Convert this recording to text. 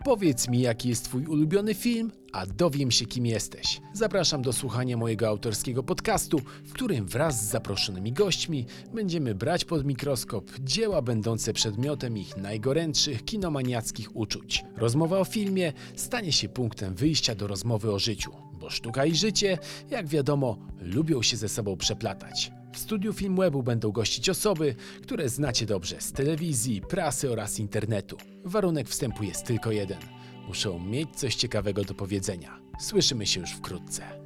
Powiedz mi, jaki jest twój ulubiony film, a dowiem się, kim jesteś. Zapraszam do słuchania mojego autorskiego podcastu, w którym wraz z zaproszonymi gośćmi będziemy brać pod mikroskop dzieła będące przedmiotem ich najgorętszych kinomaniackich uczuć. Rozmowa o filmie stanie się punktem wyjścia do rozmowy o życiu, bo sztuka i życie, jak wiadomo, lubią się ze sobą przeplatać. W studiu Filmwebu będą gościć osoby, które znacie dobrze z telewizji, prasy oraz internetu. Warunek wstępu jest tylko jeden. Muszą mieć coś ciekawego do powiedzenia. Słyszymy się już wkrótce.